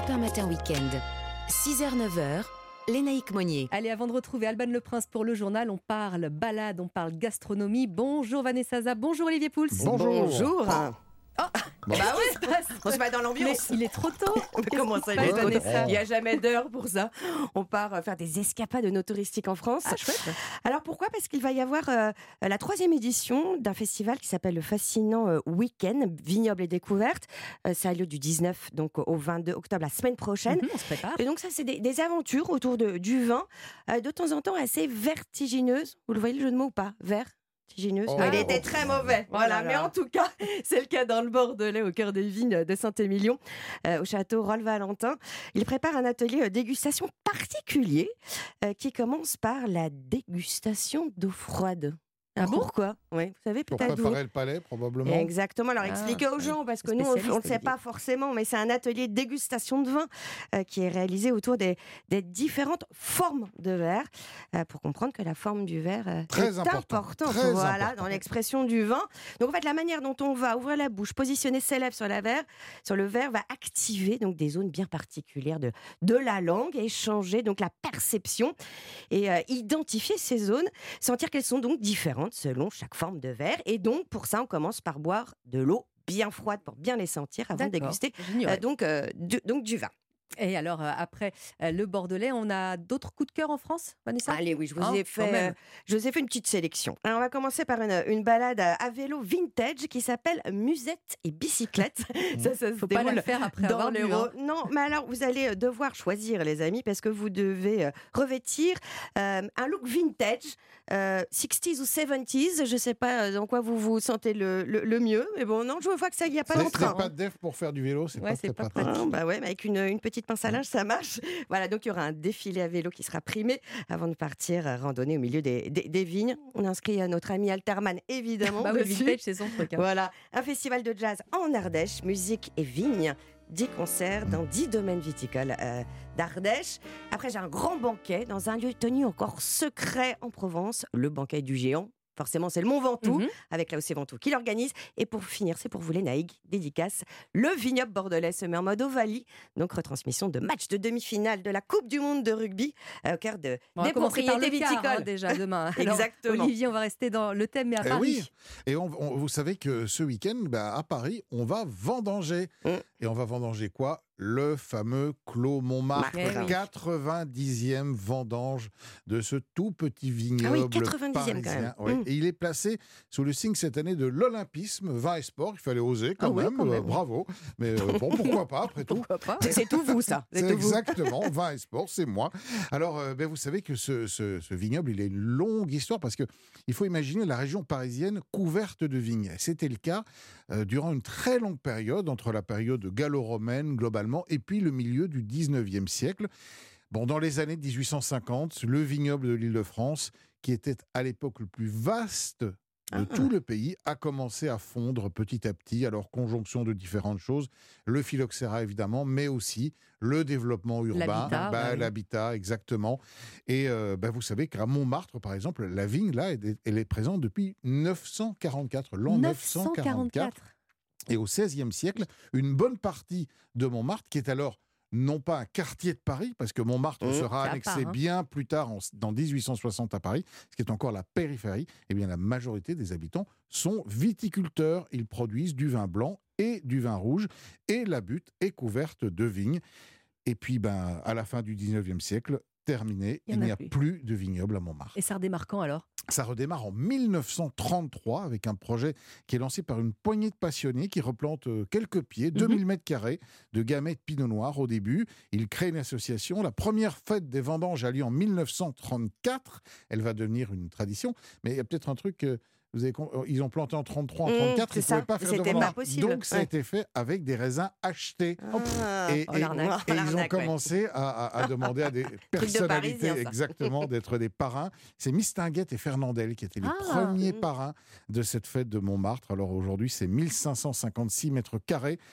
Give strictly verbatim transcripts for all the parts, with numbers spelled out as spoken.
Europe un matin week-end. six heures neuf heures, Lénaïque Monnier. Allez, avant de retrouver Alban Le Prince pour le journal, on parle balade, on parle gastronomie. Bonjour Vanessa Zapp, bonjour Olivier Pouls. Bonjour. Bonjour. Oh, Bon. Bah qu'est-ce qui se passe On se met dans Mais l'ambiance. il est trop tôt. Comment ça, il passe, est trop tôt Vanessa Il n'y a jamais d'heure pour ça. On part euh, faire des escapades no touristiques en France. Ah, chouette. Alors pourquoi ? Parce qu'il va y avoir euh, la troisième édition d'un festival qui s'appelle le Fascinant euh, Week-end, Vignobles et Découvertes. Euh, ça a lieu du dix-neuf donc, au vingt-deux octobre, la semaine prochaine. Mhm, on se prépare. Et donc ça, c'est des, des aventures autour de, du vin, euh, de temps en temps assez vertigineuses. Vous le voyez le jeu de mots ou pas ? Vert vertigineuse. Oh. Il était très mauvais. Oh Voilà, là mais là. en tout cas, c'est le cas dans le Bordelais, au cœur des vignes de Saint-Émilion, euh, au château Rolle-Valentin. Il prépare un atelier euh, dégustation particulier euh, qui commence par la dégustation d'eau froide. Ah bon ? Pourquoi ? Oui, vous savez Pour peut-être d'où. préparer le palais, probablement. Exactement. Alors Ah, expliquez aux oui. gens, parce que Le nous, on ne spécialiste, le sait Olivier. pas forcément, mais c'est un atelier de dégustation de vin euh, qui est réalisé autour des, des différentes formes de verre, euh, pour comprendre que la forme du verre euh, Très est important, importante très voilà, important. dans l'expression du vin. Donc en fait, la manière dont on va ouvrir la bouche, positionner ses lèvres sur, la verre, sur le verre, va activer donc, des zones bien particulières de, de la langue et changer donc, la perception et euh, identifier ces zones, sentir qu'elles sont donc différentes selon chaque forme de verre. Et donc, pour ça, on commence par boire de l'eau bien froide pour bien les sentir avant de D'accord, déguster j'ignorais. euh, donc, euh, du, donc du vin. Et alors, euh, après euh, le Bordelais, on a d'autres coups de cœur en France, Vanessa ? Allez, oui, je vous, Hein, ai quand fait, même. euh, je vous ai fait une petite sélection. Alors, on va commencer par une, une balade à, à vélo vintage qui s'appelle Musette et bicyclette. ça, ça se Faut pas déroule la faire après dans avoir les bu, ro- hein. Non, mais alors vous allez euh, devoir choisir, les amis, parce que vous devez euh, revêtir euh, un look vintage, euh, sixties ou seventies. Je ne sais pas euh, dans quoi vous vous sentez le, le, le mieux, mais bon, non, je vois que ça, il n'y a pas C'est d'entrain. c'est pas de def pour faire du vélo, c'est Ouais, pas c'est très pas pratique. Ah, bah ouais, mais avec une, une petite pince à linge, ça marche. Voilà, donc il y aura un défilé à vélo qui sera primé avant de partir euh, randonner au milieu des, des, des vignes. On a inscrit à notre ami Alterman, évidemment. Bah oui, dessus. vintage, c'est son truc. hein. Voilà, un festival de jazz en Ardèche, musique et vignes. dix concerts dans dix domaines viticoles euh, d'Ardèche. Après, j'ai un grand banquet dans un lieu tenu encore secret en Provence, le banquet du géant. Forcément, c'est le Mont Ventoux, Mhm. avec là O C Ventoux qui l'organise. Et pour finir, c'est pour vous les naïgs, dédicace, le vignoble bordelais se met en mode Ovalie. Donc, retransmission de match de demi-finale de la Coupe du Monde de rugby euh, au cœur de, On va des commencer par propriétés le quart, hein, viticoles. déjà demain. Alors, Exactement. Olivier, on va rester dans le thème, mais à Eh Paris. oui, et on- on- vous savez que ce week-end, bah, à Paris, on va vendanger. Mm. Et on va vendanger quoi ? Le fameux Clos Montmartre, Eh oui. quatre-vingt-dixième vendange de ce tout petit vignoble Ah oui, quatre-vingt-dixième quand parisien. même. Ouais. Mm. Et il est placé sous le signe cette année de l'Olympisme, vin et sport. Il fallait oser quand, Ah oui, même, quand euh, même. bravo. Mais euh, bon, pourquoi pas, après tout. Pourquoi pas ? C'est- C'est tout vous, ça. C'est tout vous. exactement, vin et sport, c'est moi. Alors, euh, ben, vous savez que ce, ce- ce vignoble, il a une longue histoire parce que il faut imaginer la région parisienne couverte de vignes. C'était le cas euh, durant une très longue période, entre la période gallo-romaine globalement et puis le milieu du dix-neuvième siècle. Bon, dans les années dix-huit cent cinquante, le vignoble de l'Île-de-France, qui était à l'époque le plus vaste de Ah. tout le pays, a commencé à fondre petit à petit. Alors, conjonction de différentes choses, le phylloxéra évidemment, mais aussi le développement urbain, L'habitat, bah, bah oui. l'habitat exactement. Et euh, bah, vous savez qu'à Montmartre, par exemple, la vigne là, elle est, elle est présente depuis neuf cent quarante-quatre, l'an neuf cent quarante-quatre. Et au seizième siècle, une bonne partie de Montmartre, qui est alors non pas un quartier de Paris, parce que Montmartre Mmh, sera c'est à annexé part, hein. bien plus tard, en, dans dix-huit cent soixante à Paris, ce qui est encore la périphérie, eh bien la majorité des habitants sont viticulteurs. Ils produisent du vin blanc et du vin rouge, et la butte est couverte de vignes. Et puis, ben, à la fin du dix-neuvième siècle, terminé, Il y il en a n'y a plus. plus de vignoble à Montmartre. Et ça redémarre quand alors ? Ça redémarre en mille neuf cent trente-trois avec un projet qui est lancé par une poignée de passionnés qui replantent euh, quelques pieds, deux mille mètres carrés de gamètes pinot noir au début. Ils créent une association. La première fête des vendanges a lieu en mille neuf cent trente-quatre. Elle va devenir une tradition. Mais il y a peut-être un truc... euh, vous avez, com- ils ont planté en trente-trois, en Mmh, trente-quatre, c'est ils ne pouvaient ça. pas faire de C'était pas vendanges. possible. Donc ça a Ouais. été fait avec des raisins achetés. Ah. Et, Oh, et- l'arnaque. et ils ont L'arnaque, ouais. commencé à, à- à demander à des personnalités Parisien, ça. exactement d'être des parrains. C'est Mistinguett et Fernandel qui étaient les Ah. premiers Mmh. parrains de cette fête de Montmartre. Alors aujourd'hui, c'est mille cinq cent cinquante-six mètres carrés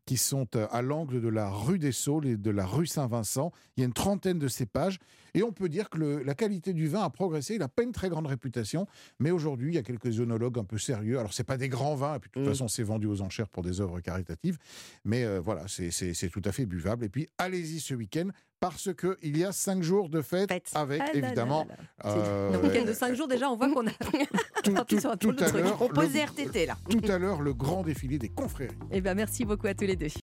qui sont à l'angle de la rue des Saules et de la rue Saint-Vincent. Il y a une trentaine de cépages et on peut dire que le, la qualité du vin a progressé. Il n'a pas une très grande réputation, mais aujourd'hui, il y a quelques œnologues un peu sérieux. Alors, ce n'est pas des grands vins, et puis de toute mmh. façon, c'est vendu aux enchères pour des œuvres caritatives, mais euh, voilà, c'est, c'est, c'est tout à fait buvable. Et puis, allez-y ce week-end, parce qu'il y a cinq jours de fête, fête. avec, ah là évidemment... Là là là. Euh, Donc, week-end de cinq jours, déjà, on voit qu'on a... tout, tout, tout, tout à l'heure, on pose R T T, là. Tout à l'heure, le grand défilé des confréries. Eh bien, merci beaucoup à tous les deux.